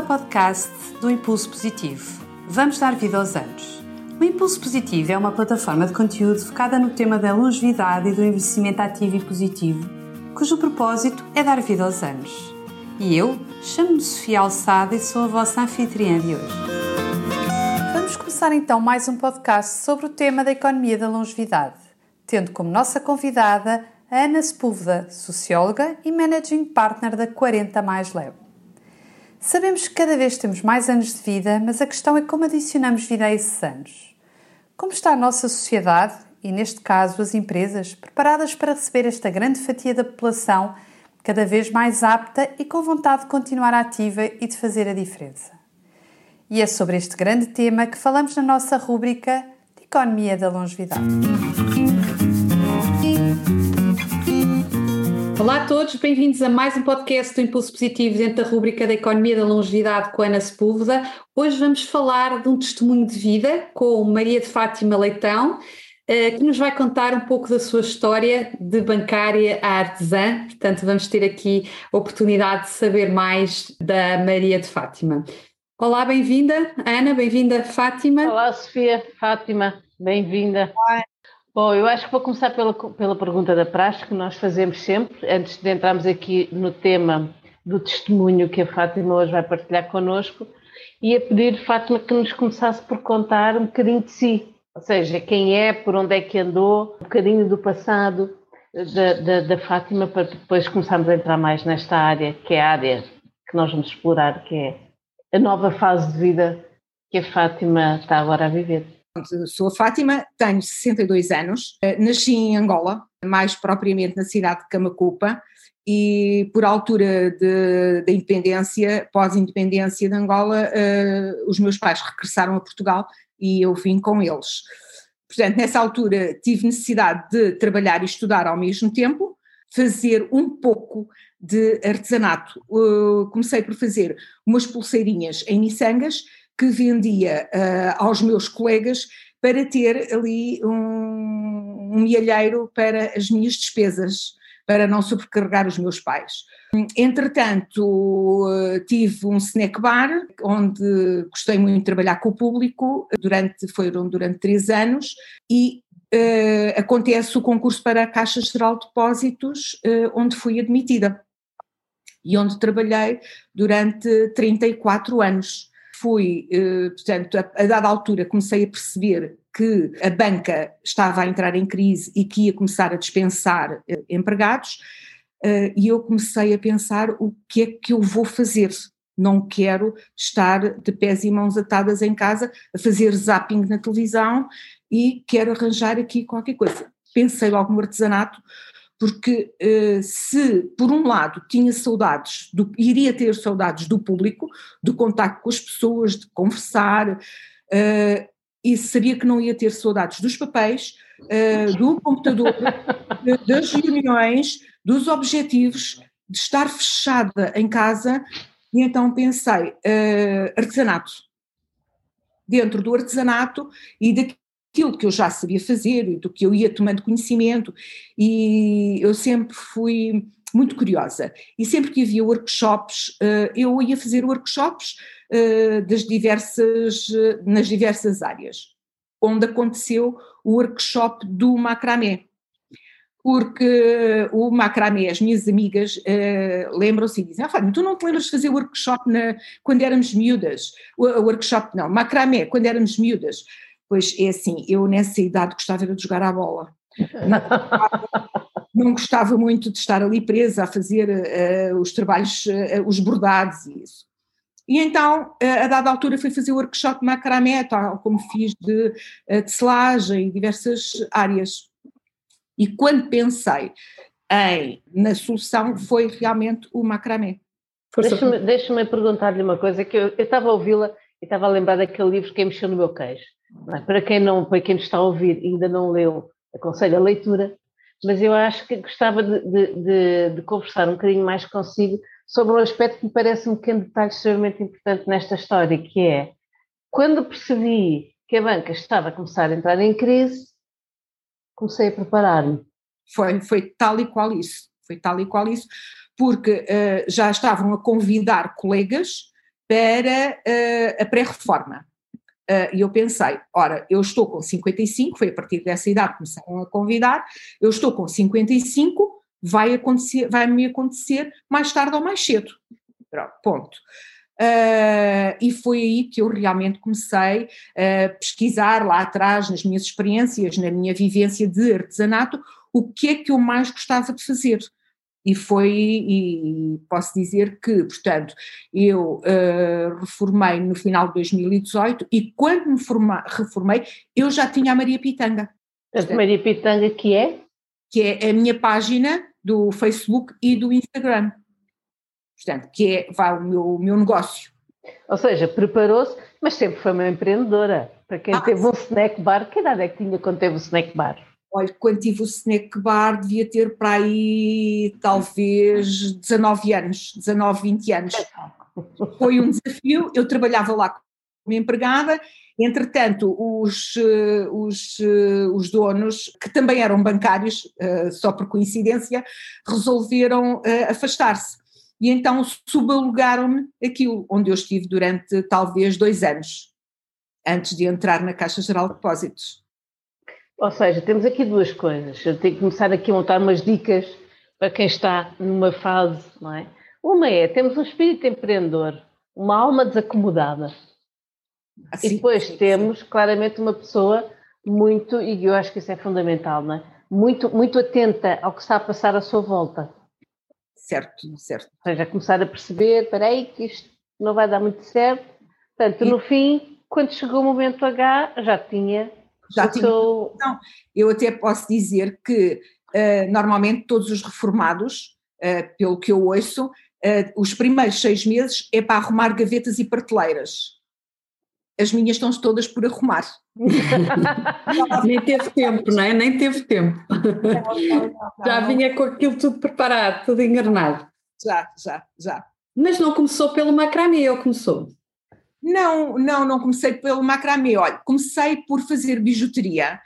podcast do Impulso Positivo. Vamos dar vida aos anos. O Impulso Positivo é uma plataforma de conteúdo focada no tema da longevidade e do envelhecimento ativo e positivo, cujo propósito é dar vida aos anos. E eu chamo-me Sofia Alçada e sou a vossa anfitriã de hoje. Vamos começar então mais um podcast sobre o tema da economia da longevidade, tendo como nossa convidada a Ana Sepúlveda, socióloga e Managing Partner da 40 Mais Lab. Sabemos que cada vez temos mais anos de vida, mas a questão é como adicionamos vida a esses anos. Como está a nossa sociedade, e neste caso as empresas, preparadas para receber esta grande fatia da população, cada vez mais apta e com vontade de continuar ativa e de fazer a diferença? E é sobre este grande tema que falamos na nossa rúbrica de Economia da Longevidade. Olá a todos, bem-vindos a mais um podcast do Impulso Positivo dentro da rúbrica da Economia da Longevidade com a Ana Sepúlveda. Hoje vamos falar de um testemunho de vida com Maria de Fátima Leitão, que nos vai contar um pouco da sua história de bancária a artesã. Portanto, vamos ter aqui a oportunidade de saber mais da Maria de Fátima. Olá, bem-vinda Ana, bem-vinda Fátima. Olá Sofia, Fátima, bem-vinda. Olá. Bom, eu acho que vou começar pela pergunta da praxe que nós fazemos sempre, antes de entrarmos aqui no tema do testemunho que a Fátima hoje vai partilhar connosco, e a pedir, Fátima, que nos começasse por contar um bocadinho de si, ou seja, quem é, por onde é que andou, um bocadinho do passado da Fátima, para depois começarmos a entrar mais nesta área, que é a área que nós vamos explorar, que é a nova fase de vida que a Fátima está agora a viver. Sou a Fátima, tenho 62 anos, nasci em Angola, mais propriamente na cidade de Camacupa, e por altura da independência, pós-independência de Angola, os meus pais regressaram a Portugal e eu vim com eles. Portanto, nessa altura tive necessidade de trabalhar e estudar ao mesmo tempo, fazer um pouco de artesanato. Comecei por fazer umas pulseirinhas em miçangas, que vendia aos meus colegas para ter ali um milheiro para as minhas despesas, para não sobrecarregar os meus pais. Entretanto, tive um snack bar, onde gostei muito de trabalhar com o público, foram durante 3 anos, e acontece o concurso para a Caixa Geral de Depósitos, onde fui admitida, e onde trabalhei durante 34 anos. Portanto, a dada altura comecei a perceber que a banca estava a entrar em crise e que ia começar a dispensar empregados, e eu comecei a pensar o que é que eu vou fazer. Não quero estar de pés e mãos atadas em casa a fazer zapping na televisão e quero arranjar aqui qualquer coisa. Pensei logo no artesanato, porque se por um lado tinha saudades, iria ter saudades do público, do contacto com as pessoas, de conversar, e sabia que não ia ter saudades dos papéis, do computador, das reuniões, dos objetivos, de estar fechada em casa, e então pensei, artesanato. Dentro do artesanato e daquilo que eu já sabia fazer e do que eu ia tomando conhecimento, e eu sempre fui muito curiosa, e sempre que havia workshops, eu ia fazer workshops nas diversas áreas, onde aconteceu o workshop do macramé, porque o macramé, as minhas amigas lembram-se e dizem, Fátima, tu não te lembras de fazer workshop quando éramos miúdas? Macramé, quando éramos miúdas. Pois é assim, eu nessa idade gostava de jogar à bola, não gostava muito de estar ali presa a fazer os trabalhos, os bordados e isso. E então, a dada altura fui fazer o workshop de macramé, tal como fiz de tecelagem e diversas áreas. E quando pensei na solução foi realmente o macramé. Deixa-me perguntar-lhe uma coisa, que eu estava a ouvi-la e estava a lembrar daquele livro que mexeu no meu queijo. Para quem nos está a ouvir e ainda não leu, aconselho a leitura, mas eu acho que gostava de conversar um bocadinho mais consigo sobre um aspecto que me parece um pequeno detalhe extremamente importante nesta história, que é, quando percebi que a banca estava a começar a entrar em crise, comecei a preparar-me. Foi tal e qual isso, porque já estavam a convidar colegas para a pré-reforma. E eu pensei, ora, eu estou com 55, foi a partir dessa idade que começaram a convidar, eu estou com 55, vai-me acontecer mais tarde ou mais cedo. Pronto, ponto. E foi aí que eu realmente comecei a pesquisar lá atrás, nas minhas experiências, na minha vivência de artesanato, o que é que eu mais gostava de fazer. E posso dizer que, portanto, eu reformei no final de 2018 e quando me reformei eu já tinha a Maria Pitanga. Portanto, Maria Pitanga que é? Que é a minha página do Facebook e do Instagram. Portanto, que é o meu negócio. Ou seja, preparou-se, mas sempre foi uma empreendedora. Para quem teve um snack bar, que idade é que tinha quando teve o snack bar? Olha, quando tive o snack bar devia ter para aí talvez 19 anos, 19, 20 anos. Foi um desafio, eu trabalhava lá como empregada, entretanto os donos, que também eram bancários, só por coincidência, resolveram afastar-se. E então subalugaram-me aquilo, onde eu estive durante talvez 2 anos, antes de entrar na Caixa Geral de Depósitos. Ou seja, temos aqui 2 coisas. Eu tenho que começar aqui a montar umas dicas para quem está numa fase, não é? Uma é, temos um espírito empreendedor, uma alma desacomodada. E depois temos claramente uma pessoa muito, e eu acho que isso é fundamental, não é? Muito, muito atenta ao que está a passar à sua volta. Certo. Ou seja, começar a perceber, espera aí, que isto não vai dar muito certo. Portanto, no fim, quando chegou o momento H, já tinha. Não, eu até posso dizer que normalmente todos os reformados, pelo que eu ouço, os primeiros 6 meses é para arrumar gavetas e prateleiras. As minhas estão todas por arrumar. Nem teve tempo, não é? Nem teve tempo. Já vinha com aquilo tudo preparado, tudo engarnado. Já. Mas não começou pelo macramê, ou começou? Não comecei pelo macramê. Olha, comecei por fazer bijuteria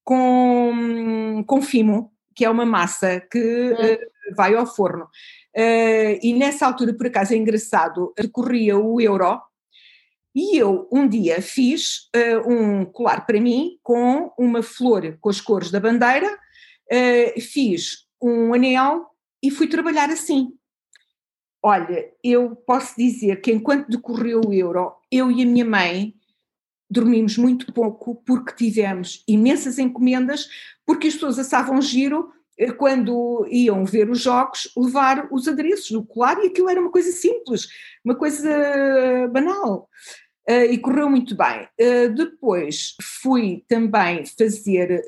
com fimo, que é uma massa que vai ao forno. E nessa altura, por acaso, é engraçado, decorria o Euro e eu um dia fiz um colar para mim com uma flor com as cores da bandeira, fiz um anel e fui trabalhar assim. Olha, eu posso dizer que enquanto decorreu o Euro, eu e a minha mãe dormimos muito pouco porque tivemos imensas encomendas, porque as pessoas assavam giro quando iam ver os jogos, levar os adereços do colar e aquilo era uma coisa simples, uma coisa banal. E correu muito bem. Depois fui também fazer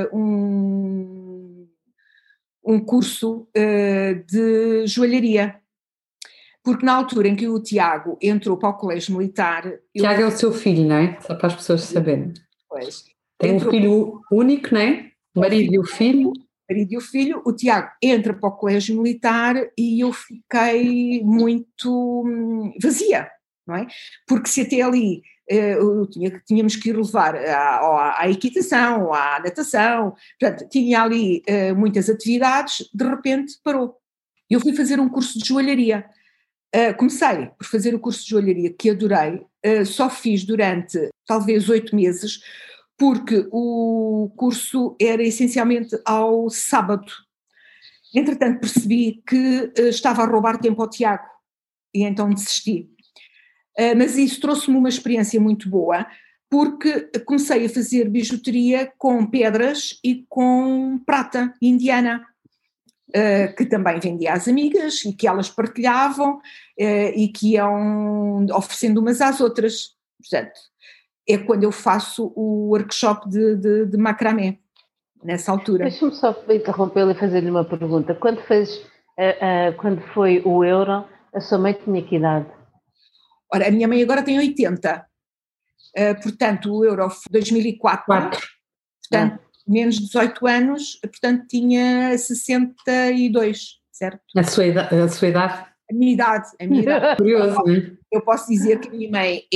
um curso de joalharia. Porque na altura em que o Tiago entrou para o colégio militar... Tiago é o seu filho, não é? Só para as pessoas saberem. Pois. Tem um filho único, não é? O marido e o filho. O Tiago entra para o colégio militar e eu fiquei muito vazia, não é? Porque se até ali tínhamos que ir levar à equitação, à natação, portanto, tinha ali muitas atividades, de repente parou. Eu fui fazer um curso de joalharia. Comecei por fazer o curso de joalharia, que adorei, só fiz durante talvez 8 meses, porque o curso era essencialmente ao sábado. Entretanto percebi que estava a roubar tempo ao Tiago e então desisti. Mas isso trouxe-me uma experiência muito boa, porque comecei a fazer bijuteria com pedras e com prata indiana. Que também vendia às amigas e que elas partilhavam e que iam oferecendo umas às outras. Portanto, é quando eu faço o workshop de macramé, nessa altura. Deixa-me só interrompê-lo e fazer-lhe uma pergunta. Quando foi o Euro, a sua mãe tinha que idade? Ora, a minha mãe agora tem 80, portanto o Euro foi 2004, portanto menos de 18 anos, portanto tinha 62, certo? A sua idade? A minha idade. Curioso, não é? Eu posso dizer que a minha mãe é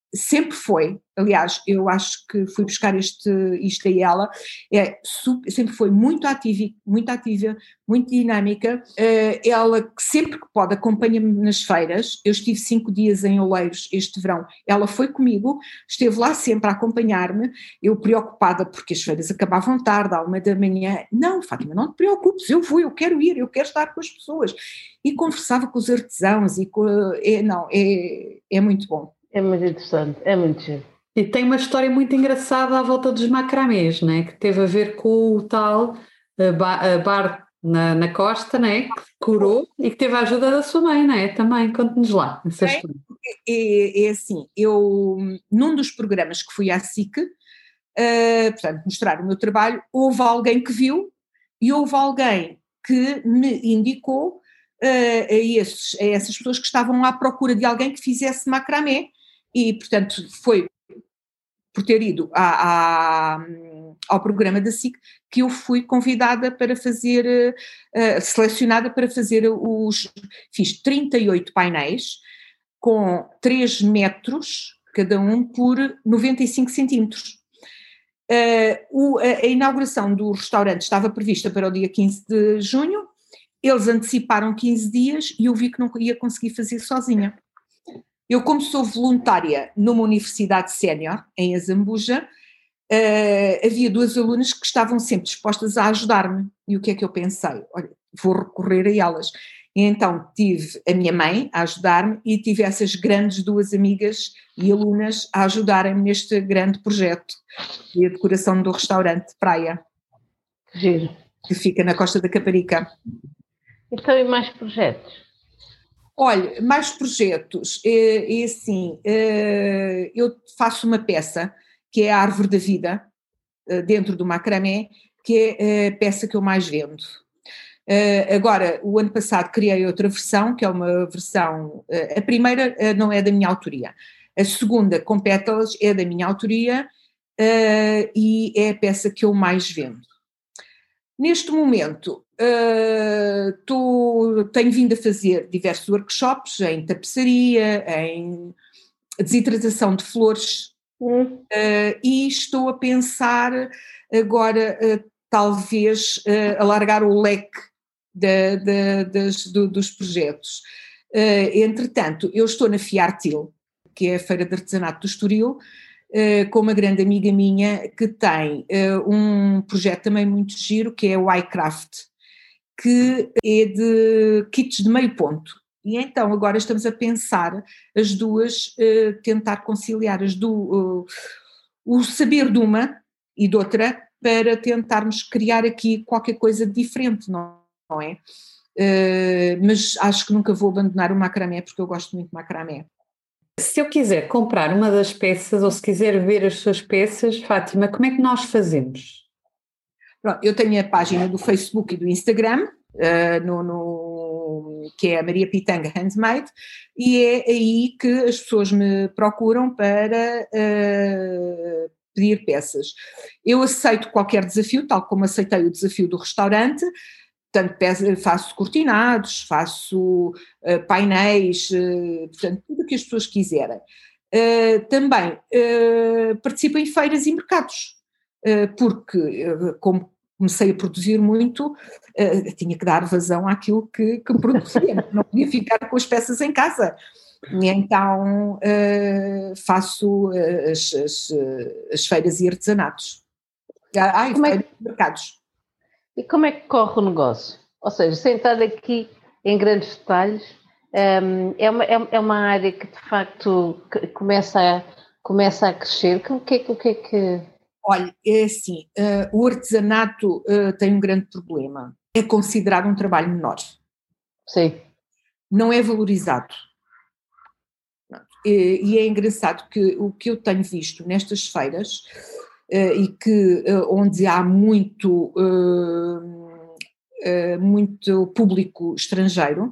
sempre foi, aliás, eu acho que fui buscar isto a ela, sempre foi muito ativa, muito dinâmica, ela que sempre que pode acompanha-me nas feiras, eu estive 5 dias em Oleiros este verão, ela foi comigo, esteve lá sempre a acompanhar-me, eu preocupada porque as feiras acabavam tarde, à 1 da manhã, não Fátima, não te preocupes, eu vou, eu quero ir, eu quero estar com as pessoas, e conversava com os artesãos, é muito bom. É muito interessante, é muito giro. E tem uma história muito engraçada à volta dos macramês, né? Que teve a ver com o tal bar na costa, né? Que curou e que teve a ajuda da sua mãe, né? Também, conte-nos lá essa história. É assim, eu num dos programas que fui à SIC, portanto, mostrar o meu trabalho, houve alguém que viu e houve alguém que me indicou a essas pessoas que estavam à procura de alguém que fizesse macramé e, portanto, foi por ter ido ao programa da SIC que eu fui convidada para fazer, selecionada para fazer fiz 38 painéis com 3 metros cada um por 95 centímetros. A inauguração do restaurante estava prevista para o dia 15 de junho, eles anteciparam 15 dias e eu vi que não ia conseguir fazer sozinha. Eu, como sou voluntária numa universidade sénior, em Azambuja, havia 2 alunas que estavam sempre dispostas a ajudar-me. E o que é que eu pensei? Olha, vou recorrer a elas. E então tive a minha mãe a ajudar-me e tive essas grandes 2 amigas e alunas a ajudarem-me neste grande projeto de a decoração do restaurante de praia. Giro. Que fica na Costa da Caparica. Então, e mais projetos? Olha, mais projetos, assim, eu faço uma peça que é a Árvore da Vida, dentro do macramé, que é a peça que eu mais vendo. Agora, o ano passado criei outra versão, que é uma versão, a primeira não é da minha autoria, a segunda, com pétalas, é da minha autoria e é a peça que eu mais vendo. Neste momento, tenho vindo a fazer diversos workshops em tapeçaria, em desidratação de flores, e estou a pensar agora, talvez, alargar o leque dos projetos. Entretanto, eu estou na Fiartil, que é a Feira de Artesanato do Estoril, com uma grande amiga minha que tem um projeto também muito giro, que é o iCraft, que é de kits de meio ponto. E então agora estamos a pensar as duas, tentar conciliar o saber de uma e de outra para tentarmos criar aqui qualquer coisa diferente, não é? Mas acho que nunca vou abandonar o macramé porque eu gosto muito de macramé. Se eu quiser comprar uma das peças ou se quiser ver as suas peças, Fátima, como é que nós fazemos? Pronto, eu tenho a página do Facebook e do Instagram, que é a Maria Pitanga Handmade, e é aí que as pessoas me procuram para pedir peças. Eu aceito qualquer desafio, tal como aceitei o desafio do restaurante. Portanto, faço cortinados, faço painéis, portanto, tudo o que as pessoas quiserem. Também participo em feiras e mercados, porque como comecei a produzir muito, tinha que dar vazão àquilo que produzia, não podia ficar com as peças em casa. E então faço as feiras e artesanatos. Feiras e mercados. E como é que corre o negócio? Ou seja, sem entrar aqui em grandes detalhes, é uma área que de facto começa a crescer. O que é que... Olha, é assim, o artesanato tem um grande problema. É considerado um trabalho menor. Sim. Não é valorizado. E é engraçado que o que eu tenho visto nestas feiras... e que onde há muito público estrangeiro,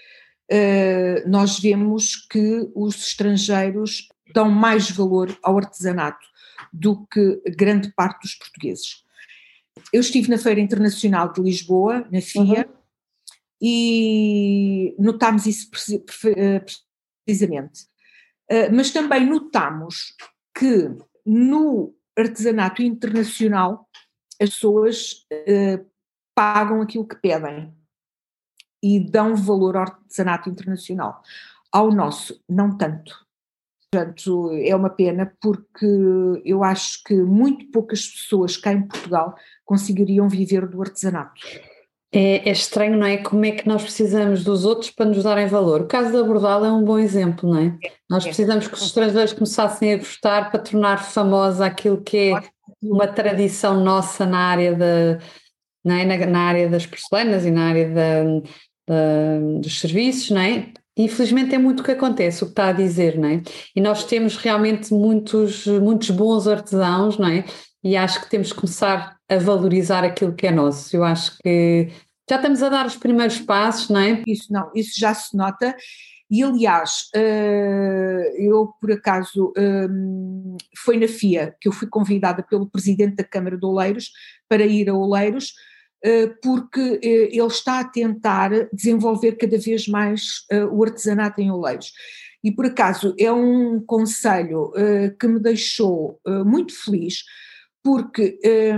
nós vemos que os estrangeiros dão mais valor ao artesanato do que grande parte dos portugueses. Eu estive na Feira Internacional de Lisboa, na FIA, e notámos isso precisamente. Mas também notamos que no artesanato internacional as pessoas pagam aquilo que pedem e dão valor ao artesanato internacional. Ao nosso, não tanto. Portanto, é uma pena porque eu acho que muito poucas pessoas cá em Portugal conseguiriam viver do artesanato. É estranho, não é? Como é que nós precisamos dos outros para nos darem valor? O caso da Bordal é um bom exemplo, não é? Nós precisamos que os estrangeiros começassem a gostar para tornar famosa aquilo que é uma tradição nossa na área não é? Na área das porcelanas e na área dos serviços, não é? Infelizmente é muito o que acontece, o que está a dizer, não é? E nós temos realmente muitos bons artesãos, não é? E acho que temos que começar a valorizar aquilo que é nosso. Eu acho que já estamos a dar os primeiros passos, não é? Isso já se nota. E aliás, eu por acaso, foi na FIA que eu fui convidada pelo presidente da Câmara de Oleiros para ir a Oleiros, porque ele está a tentar desenvolver cada vez mais o artesanato em Oleiros. E por acaso é um conselho que me deixou muito feliz, porque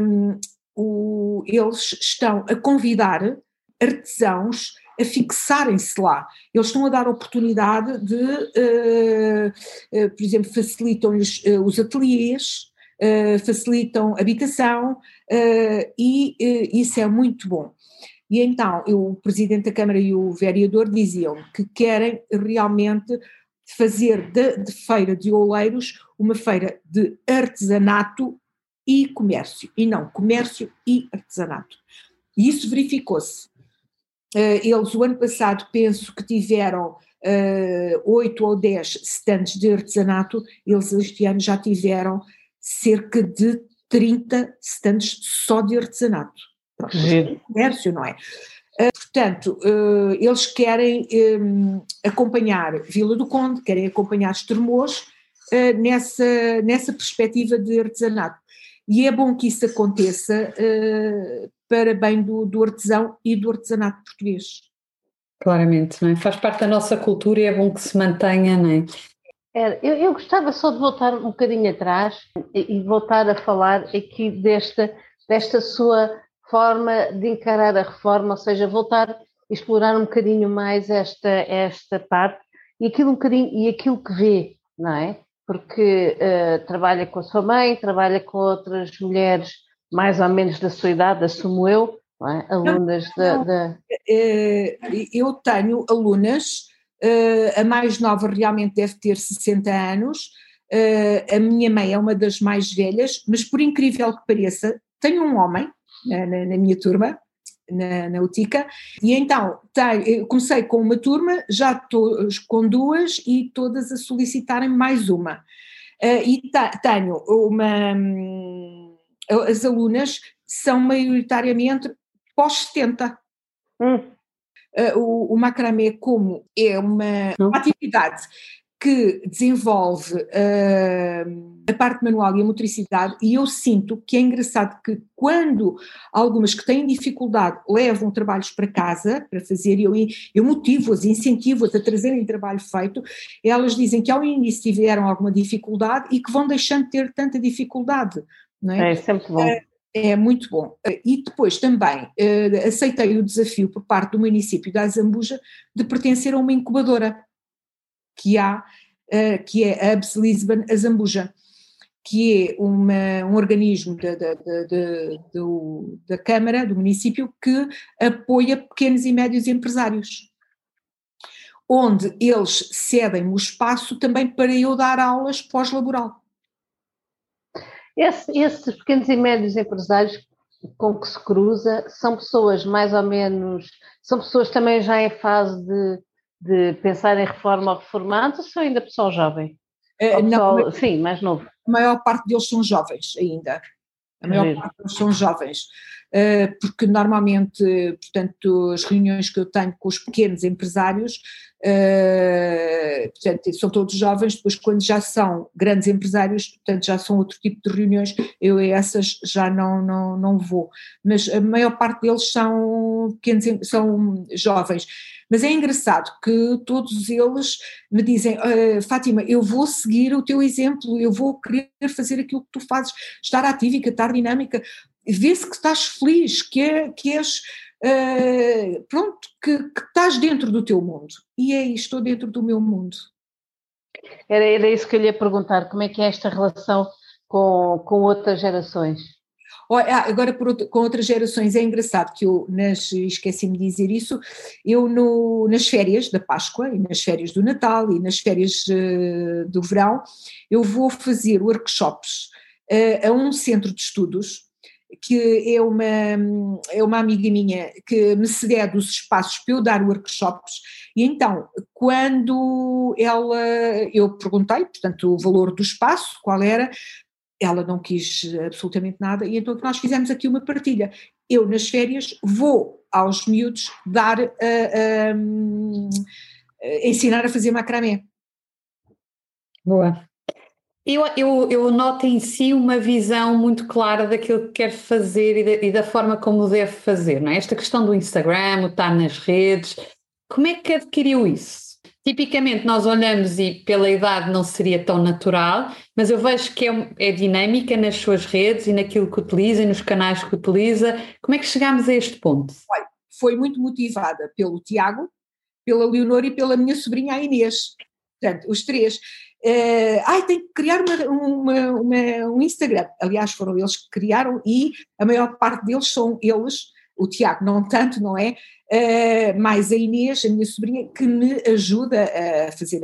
eles estão a convidar artesãos a fixarem-se lá. Eles estão a dar oportunidade de, por exemplo, facilitam-lhes os ateliês, facilitam habitação, e isso é muito bom. E então o Presidente da Câmara e o vereador diziam que querem realmente fazer de feira de Oleiros uma feira de artesanato e comércio, e não comércio e artesanato. E isso verificou-se. Eles o ano passado penso que tiveram 8 ou 10 stands de artesanato, eles este ano já tiveram cerca de 30 stands só de artesanato. Pronto, comércio, não é? Portanto, eles querem acompanhar Vila do Conde, querem acompanhar Estremoz nessa perspectiva de artesanato. E é bom que isso aconteça para bem do artesão e do artesanato português. Claramente, não é? Faz parte da nossa cultura e é bom que se mantenha, não é? Eu gostava só de voltar um bocadinho atrás e voltar a falar aqui desta sua forma de encarar a reforma, ou seja, voltar a explorar um bocadinho mais esta parte e aquilo que vê, não é? Porque trabalha com a sua mãe, trabalha com outras mulheres mais ou menos da sua idade, assumo eu, não é? Alunas da... Eu tenho alunas, a mais nova realmente deve ter 60 anos, a minha mãe é uma das mais velhas, mas por incrível que pareça, tenho um homem na minha turma, na UTICA, e então eu comecei com uma turma, já estou com 2 e todas a solicitarem mais uma. E tenho as alunas são maioritariamente pós-70. O macramé, como é uma atividade que desenvolve a parte manual e a motricidade, e eu sinto que é engraçado que quando algumas que têm dificuldade levam trabalhos para casa para fazer, eu motivo-as, incentivo-as a trazerem trabalho feito, elas dizem que ao início tiveram alguma dificuldade e que vão deixando de ter tanta dificuldade, não é? É sempre bom. É muito bom. E depois também aceitei o desafio por parte do município da Azambuja de pertencer a uma incubadora que é a ABS Lisbon Azambuja, que é um organismo da Câmara, do município, que apoia pequenos e médios empresários, onde eles cedem o espaço também para eu dar aulas pós-laboral. Esses pequenos e médios empresários com que se cruza são pessoas mais ou menos, são pessoas também já em fase de pensar em reforma ou reformados, ou são ainda pessoal jovem? Sim, mais novo. A maior parte deles são jovens ainda. A maior parte deles são jovens. porque normalmente, portanto, as reuniões que eu tenho com os pequenos empresários, portanto, são todos jovens, depois quando já são grandes empresários, portanto, já são outro tipo de reuniões, eu a essas já não vou, mas a maior parte deles são pequenos, são jovens. Mas é engraçado que todos eles me dizem, Fátima, eu vou seguir o teu exemplo, eu vou querer fazer aquilo que tu fazes, estar atívica, estar dinâmica, vê-se que estás feliz, que és, pronto, que estás dentro do teu mundo. E é isto, estou dentro do meu mundo. Era isso que eu lhe ia perguntar, como é que é esta relação com outras gerações? Agora com outras gerações é engraçado que eu, esqueci-me de dizer isso, eu nas férias da Páscoa e nas férias do Natal e nas férias do verão, eu vou fazer workshops a um centro de estudos, que é uma amiga minha que me cede os espaços para eu dar workshops, e então quando eu perguntei, portanto, o valor do espaço, qual era, ela não quis absolutamente nada, e então nós fizemos aqui uma partilha. Eu, nas férias, vou aos miúdos ensinar a fazer macramé. Boa. Eu noto em si uma visão muito clara daquilo que quer fazer e da forma como deve fazer, não é? Esta questão do Instagram, o estar nas redes, como é que adquiriu isso? Tipicamente nós olhamos e pela idade não seria tão natural, mas eu vejo que é dinâmica nas suas redes e naquilo que utiliza e nos canais que utiliza. Como é que chegámos a este ponto? Foi muito motivada pelo Tiago, pela Leonor e pela minha sobrinha a Inês. Portanto, os três. Tem que criar um Instagram. Aliás, foram eles que criaram e a maior parte deles são eles, o Tiago não tanto, não é? Mais a Inês, a minha sobrinha, que me ajuda a fazer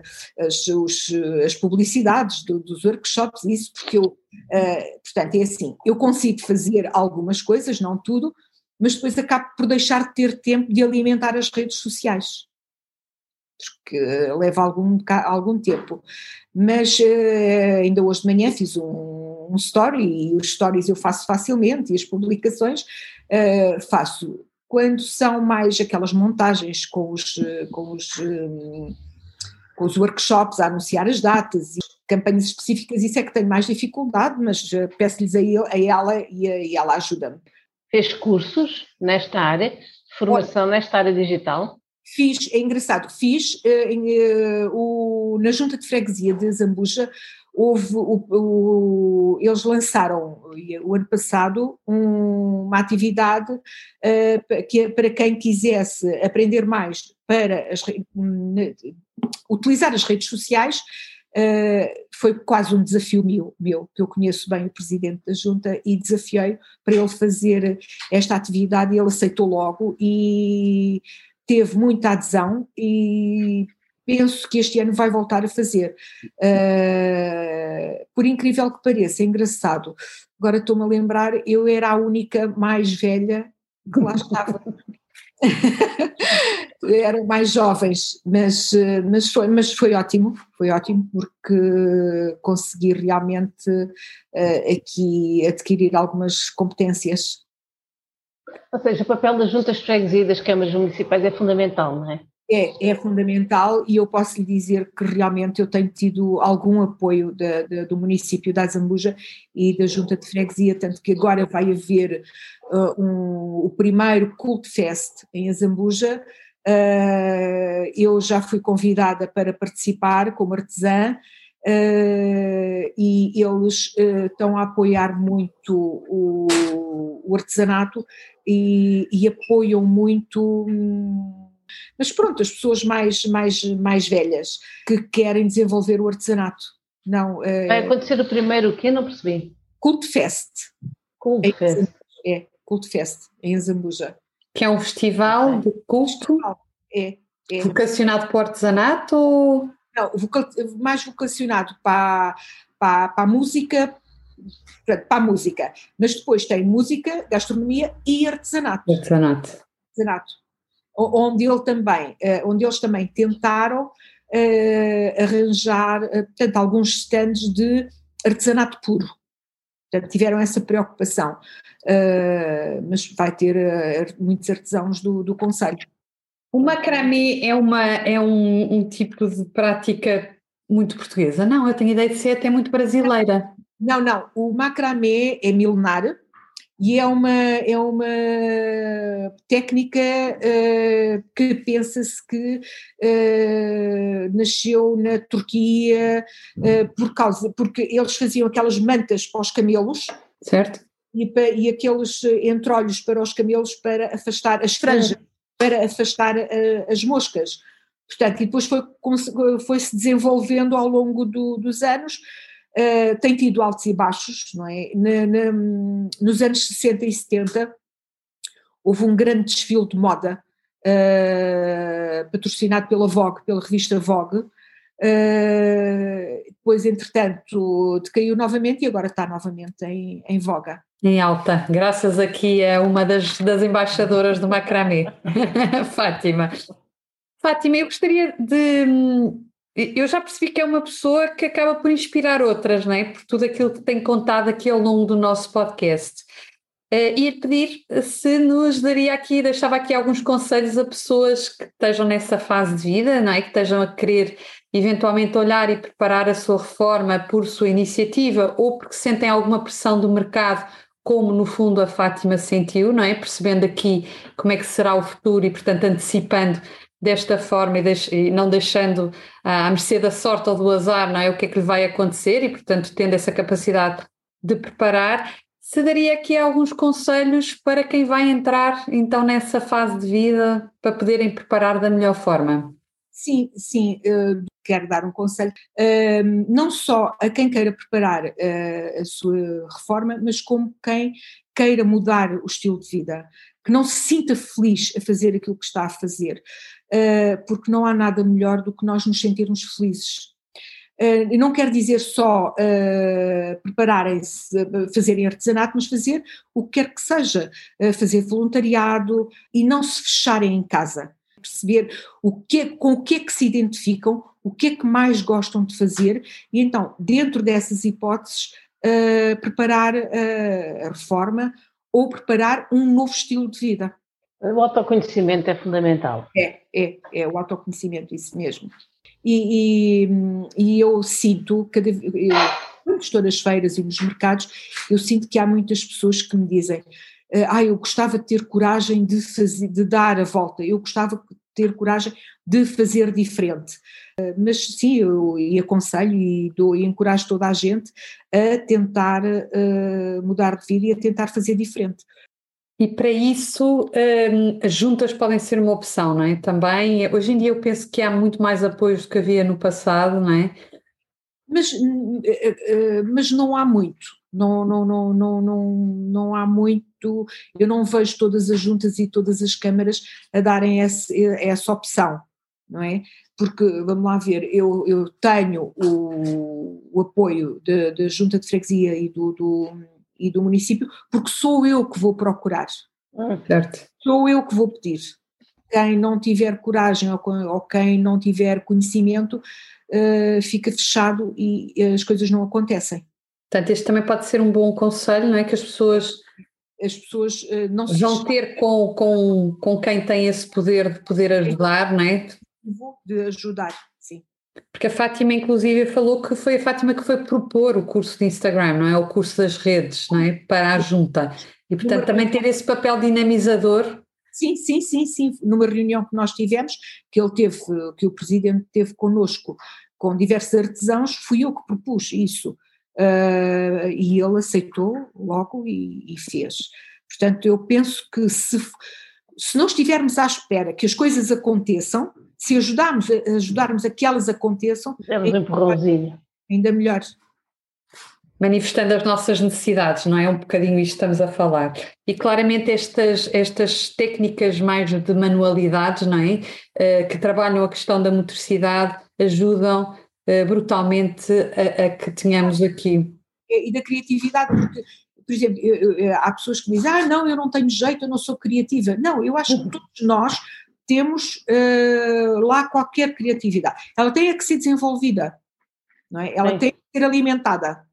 as publicidades dos workshops, isso, porque eu, portanto, é assim, eu consigo fazer algumas coisas, não tudo, mas depois acabo por deixar de ter tempo de alimentar as redes sociais, porque leva algum tempo. Mas ainda hoje de manhã fiz um story, e os stories eu faço facilmente, e as publicações faço quando são mais aquelas montagens com os workshops a anunciar as datas e campanhas específicas, isso é que tenho mais dificuldade, mas peço-lhes a ela e ela ajuda-me. Fez cursos nesta área, formação nesta área digital? Fiz, é engraçado, na Junta de Freguesia de Zambuja, eles lançaram o ano passado uma atividade para quem quisesse aprender mais para utilizar as redes sociais. Foi quase um desafio meu, que eu conheço bem o presidente da Junta, e desafiei para ele fazer esta atividade, e ele aceitou logo e teve muita adesão, e penso que este ano vai voltar a fazer. Por incrível que pareça, é engraçado, agora estou-me a lembrar, eu era a única mais velha que lá estava. Eram mais jovens, mas foi ótimo, porque consegui realmente aqui adquirir algumas competências. Ou seja, o papel das juntas de freguesia e das câmaras municipais é fundamental, não é? É fundamental, e eu posso lhe dizer que realmente eu tenho tido algum apoio do município da Zambuja e da Junta de Freguesia, tanto que agora vai haver o primeiro Cult Fest em Zambuja. Eu já fui convidada para participar como artesã, e eles estão a apoiar muito o artesanato e apoiam muito. Mas pronto, as pessoas mais velhas que querem desenvolver o artesanato. Não, vai acontecer o primeiro o quê? Não percebi. Cult Fest. Cult Fest. Cult Fest, em Zambuja. Que é um festival de culto? É. Vocacionado para o artesanato? Ou... Não, mais vocacionado para a música, mas depois tem música, gastronomia e artesanato. Onde eles também tentaram arranjar, portanto, alguns stands de artesanato puro. Portanto, tiveram essa preocupação, mas vai ter muitos artesãos do concelho. O macramê é um tipo de prática muito portuguesa? Não, eu tenho ideia de ser até muito brasileira. Não, o macramê é milenar e é uma técnica que pensa-se que nasceu na Turquia porque eles faziam aquelas mantas para os camelos. Certo. E aqueles entreolhos para os camelos para afastar as franjas, para afastar as moscas. Portanto, e depois foi-se desenvolvendo ao longo dos anos, tem tido altos e baixos, não é? Nos anos 60 e 70 houve um grande desfile de moda, patrocinado pela Vogue, pela revista Vogue. Depois, entretanto, decaiu novamente e agora está novamente em voga. Em alta, graças aqui a uma das embaixadoras do macramê, Fátima. Fátima, eu gostaria eu já percebi que é uma pessoa que acaba por inspirar outras, não é? Por tudo aquilo que tem contado aqui ao longo do nosso podcast. Ia pedir se nos daria aqui, deixava aqui alguns conselhos a pessoas que estejam nessa fase de vida, não é? Que estejam a querer eventualmente olhar e preparar a sua reforma por sua iniciativa ou porque sentem alguma pressão do mercado, como no fundo a Fátima sentiu, não é? Percebendo aqui como é que será o futuro e, portanto, antecipando desta forma e não deixando à mercê da sorte ou do azar, não é? O que é que lhe vai acontecer e, portanto, tendo essa capacidade de preparar. Se daria aqui alguns conselhos para quem vai entrar então nessa fase de vida para poderem preparar da melhor forma? Sim, quero dar um conselho, não só a quem queira preparar a sua reforma, mas como quem queira mudar o estilo de vida, que não se sinta feliz a fazer aquilo que está a fazer, porque não há nada melhor do que nós nos sentirmos felizes. Não quer dizer só prepararem-se, fazerem artesanato, mas fazer o que quer que seja, fazer voluntariado e não se fecharem em casa. Perceber com o que é que se identificam, o que é que mais gostam de fazer e então, dentro dessas hipóteses, preparar a reforma ou preparar um novo estilo de vida. O autoconhecimento é fundamental. É o autoconhecimento, isso mesmo. E eu sinto, quando estou nas feiras e nos mercados, eu sinto que há muitas pessoas que me dizem eu gostava de ter coragem de dar a volta, eu gostava de ter coragem de fazer diferente. Mas sim, eu aconselho e encorajo toda a gente a tentar mudar de vida e a tentar fazer diferente. E para isso as juntas podem ser uma opção, não é? Também, hoje em dia eu penso que há muito mais apoios do que havia no passado, não é? Mas não há muito, não há muito, eu não vejo todas as juntas e todas as câmaras a darem essa opção, não é? Porque, vamos lá ver, eu tenho o apoio da Junta de Freguesia e do município, porque sou eu que vou procurar, certo. Sou eu que vou pedir. Quem não tiver coragem ou quem não tiver conhecimento fica fechado e as coisas não acontecem. Portanto, este também pode ser um bom conselho, não é? Que as pessoas não se vão ter com quem tem esse poder de poder ajudar, não é? De ajudar, sim. Porque a Fátima inclusive falou que foi a Fátima que foi propor o curso de Instagram, não é? O curso das redes, não é? Para a junta. E portanto também ter esse papel dinamizador. Sim. Numa reunião que nós tivemos, que o presidente teve connosco, com diversos artesãos, fui eu que propus isso. E ele aceitou logo e fez. Portanto, eu penso que se não estivermos à espera que as coisas aconteçam, se ajudarmos a que elas aconteçam, temos um empurrãozinho. Ainda melhor. Manifestando as nossas necessidades, não é? Um bocadinho isto estamos a falar. E claramente estas técnicas mais de manualidades, não é? Que trabalham a questão da motricidade, ajudam brutalmente a que tenhamos aqui. E da criatividade, porque, por exemplo, há pessoas que me dizem, não, eu não tenho jeito, eu não sou criativa. Não, eu acho que todos nós temos lá qualquer criatividade. Ela tem que ser desenvolvida, não é? Ela tem que ser alimentada.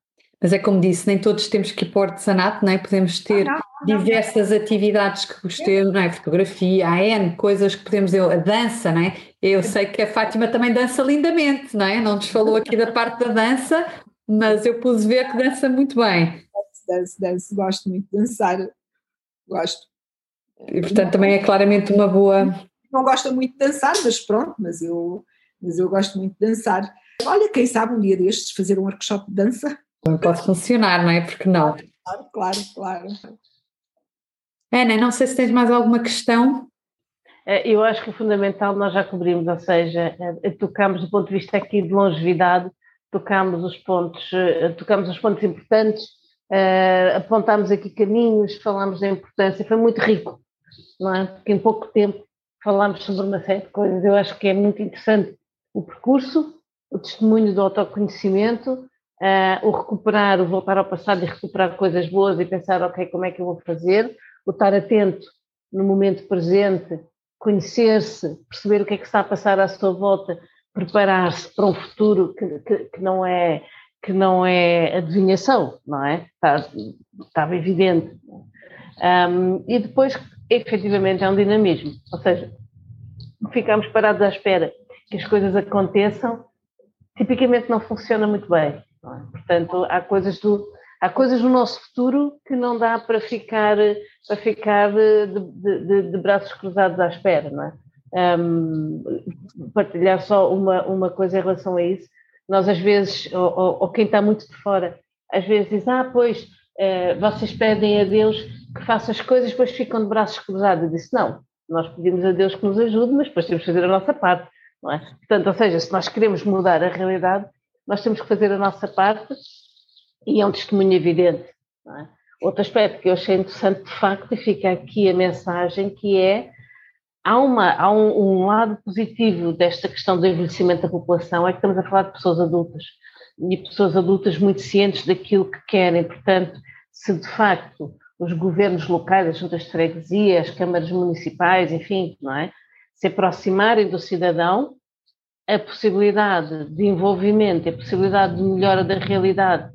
Mas é como disse, nem todos temos que ir para o artesanato, não é? Podemos ter diversas atividades que gostemos, não é? Fotografia, há N coisas que podemos, a dança, não é? Eu sei que a Fátima também dança lindamente, não é? Não nos falou aqui da parte da dança, mas eu pude ver que dança muito bem. Danço, gosto muito de dançar, gosto. E portanto também é claramente uma boa... Não gosto muito de dançar, mas pronto, mas eu gosto muito de dançar. Olha, quem sabe um dia destes fazer um workshop de dança? Pode funcionar, não é? Porque não? Claro. Ana, não sei se tens mais alguma questão. Eu acho que o fundamental nós já cobrimos, ou seja, tocamos do ponto de vista aqui de longevidade, tocamos os pontos importantes, apontámos aqui caminhos, falámos da importância, foi muito rico, não é? Porque em pouco tempo falámos sobre uma série de coisas. Eu acho que é muito interessante o percurso, o testemunho do autoconhecimento, o voltar ao passado e recuperar coisas boas e pensar, ok, como é que eu vou fazer, o estar atento no momento presente, conhecer-se, perceber o que é que está a passar à sua volta, preparar-se para um futuro que não é adivinhação, não é? Estava evidente. E depois, efetivamente, é um dinamismo, ou seja, ficamos parados à espera que as coisas aconteçam, tipicamente não funciona muito bem, não é? Portanto, há coisas do nosso futuro que não dá para ficar de braços cruzados à espera, não é? Partilhar só uma coisa em relação a isso. Nós às vezes, ou quem está muito de fora, às vezes diz, pois, vocês pedem a Deus que faça as coisas, depois ficam de braços cruzados. Eu disse, não, nós pedimos a Deus que nos ajude, mas depois temos que fazer a nossa parte, não é? Portanto, ou seja, se nós queremos mudar a realidade, nós temos que fazer a nossa parte e é um testemunho evidente, não é? Outro aspecto que eu achei interessante, de facto, e fica aqui a mensagem, que é, há um lado positivo desta questão do envelhecimento da população, é que estamos a falar de pessoas adultas, e pessoas adultas muito cientes daquilo que querem. Portanto, se de facto os governos locais, as juntas de freguesia, as câmaras municipais, enfim, não é? Se aproximarem do cidadão, a possibilidade de envolvimento, a possibilidade de melhora da realidade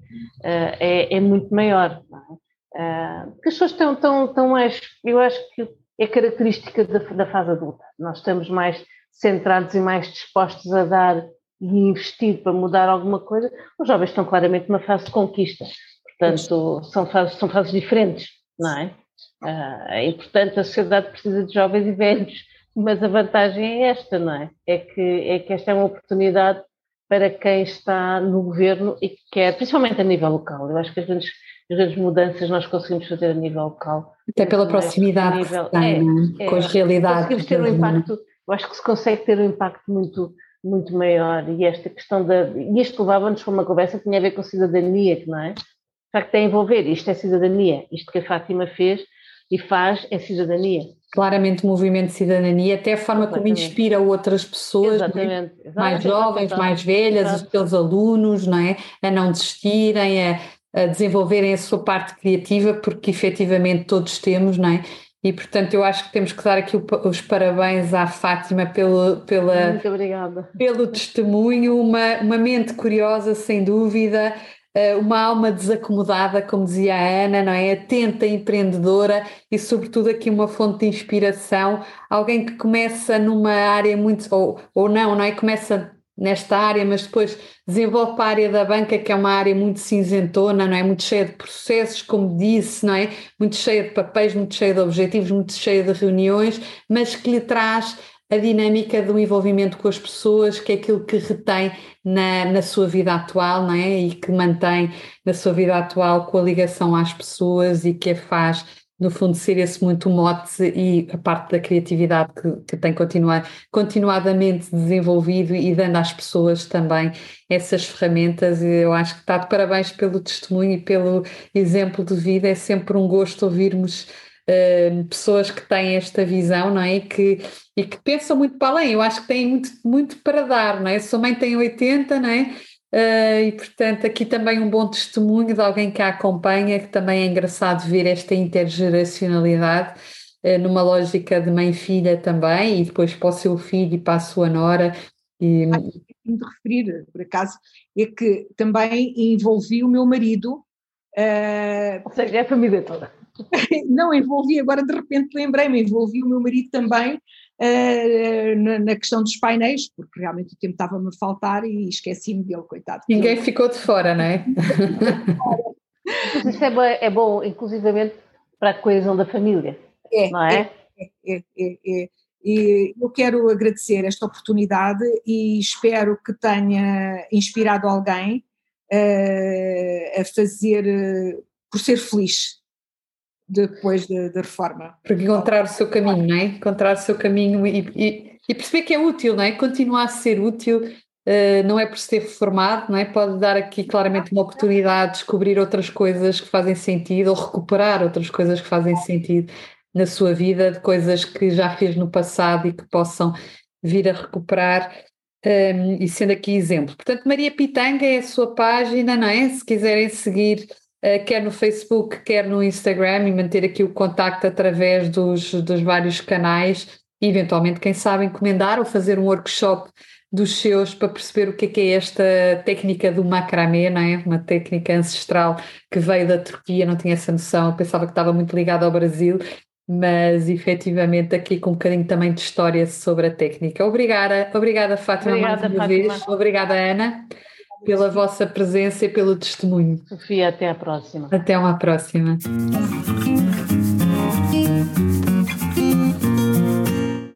é muito maior, não é? Porque as pessoas estão mais, eu acho que é característica da fase adulta. Nós estamos mais centrados e mais dispostos a dar e investir para mudar alguma coisa. Os jovens estão claramente numa fase de conquista. Portanto, são fases diferentes, não é? E, portanto, a sociedade precisa de jovens e velhos, mas a vantagem é esta, não é? É que esta é uma oportunidade para quem está no governo e que quer, principalmente a nível local. Eu acho que as grandes mudanças nós conseguimos fazer a nível local. Até pela proximidade que se tem, com as realidades. Conseguimos ter um impacto, eu acho que se consegue ter um impacto muito, muito maior, e esta questão isto levava-nos para uma conversa que tinha a ver com cidadania, não é? De facto, é envolver, isto é cidadania, isto que a Fátima fez e faz é cidadania. Claramente movimento de cidadania, até a forma como inspira outras pessoas, exatamente. Mais jovens, mais velhas, os teus alunos, não é? A não desistirem, a desenvolverem a sua parte criativa, porque efetivamente todos temos, não é? E portanto eu acho que temos que dar aqui os parabéns à Fátima Muito obrigada. pelo testemunho, uma mente curiosa, sem dúvida, uma alma desacomodada, como dizia a Ana, não é? Atenta, empreendedora e sobretudo aqui uma fonte de inspiração, alguém que começa numa área muito, ou não é? Começa nesta área, mas depois desenvolve para a área da banca, que é uma área muito cinzentona, não é? Muito cheia de processos, como disse, não é? Muito cheia de papéis, muito cheia de objetivos, muito cheia de reuniões, mas que lhe traz a dinâmica do envolvimento com as pessoas, que é aquilo que retém na sua vida atual, não é? E que mantém na sua vida atual com a ligação às pessoas e que a faz, no fundo, ser esse muito mote e a parte da criatividade que tem continuadamente desenvolvido e dando às pessoas também essas ferramentas. E eu acho que está de parabéns pelo testemunho e pelo exemplo de vida. É sempre um gosto ouvirmos pessoas que têm esta visão, não é? E que pensam muito para além. Eu acho que têm muito, muito para dar, não é? A sua mãe tem 80, não é? E portanto aqui também um bom testemunho de alguém que a acompanha, que também é engraçado ver esta intergeracionalidade numa lógica de mãe-filha também, e depois para o seu filho e para a sua nora. de referir, por acaso, é que também envolvi o meu marido. Ou seja, é a família toda. Não, envolvi, agora de repente lembrei-me, envolvi o meu marido também na questão dos painéis, porque realmente o tempo estava-me a faltar e esqueci-me dele, coitado. Ninguém ficou de fora, não é? Isso é bom, inclusivamente, para a coesão da família, não é? E eu quero agradecer esta oportunidade e espero que tenha inspirado alguém a fazer, por ser feliz depois da reforma. Porque encontrar o seu caminho, não é? Encontrar o seu caminho e perceber que é útil, não é? Continuar a ser útil, não é por ser formado, não é? Pode dar aqui claramente uma oportunidade de descobrir outras coisas que fazem sentido ou recuperar outras coisas que fazem sentido na sua vida, de coisas que já fez no passado e que possam vir a recuperar, e sendo aqui exemplo. Portanto, Maria Pitanga é a sua página, não é? Se quiserem seguir, quer no Facebook, quer no Instagram, e manter aqui o contacto através dos vários canais, e eventualmente, quem sabe, encomendar ou fazer um workshop dos seus para perceber o que é esta técnica do macramê, não é? Uma técnica ancestral que veio da Turquia, não tinha essa noção, eu pensava que estava muito ligada ao Brasil, mas efetivamente aqui com um bocadinho também de história sobre a técnica. Obrigada Fátima, mais uma vez. Obrigada, Ana, pela vossa presença e pelo testemunho. Sofia, até à próxima. Até uma próxima.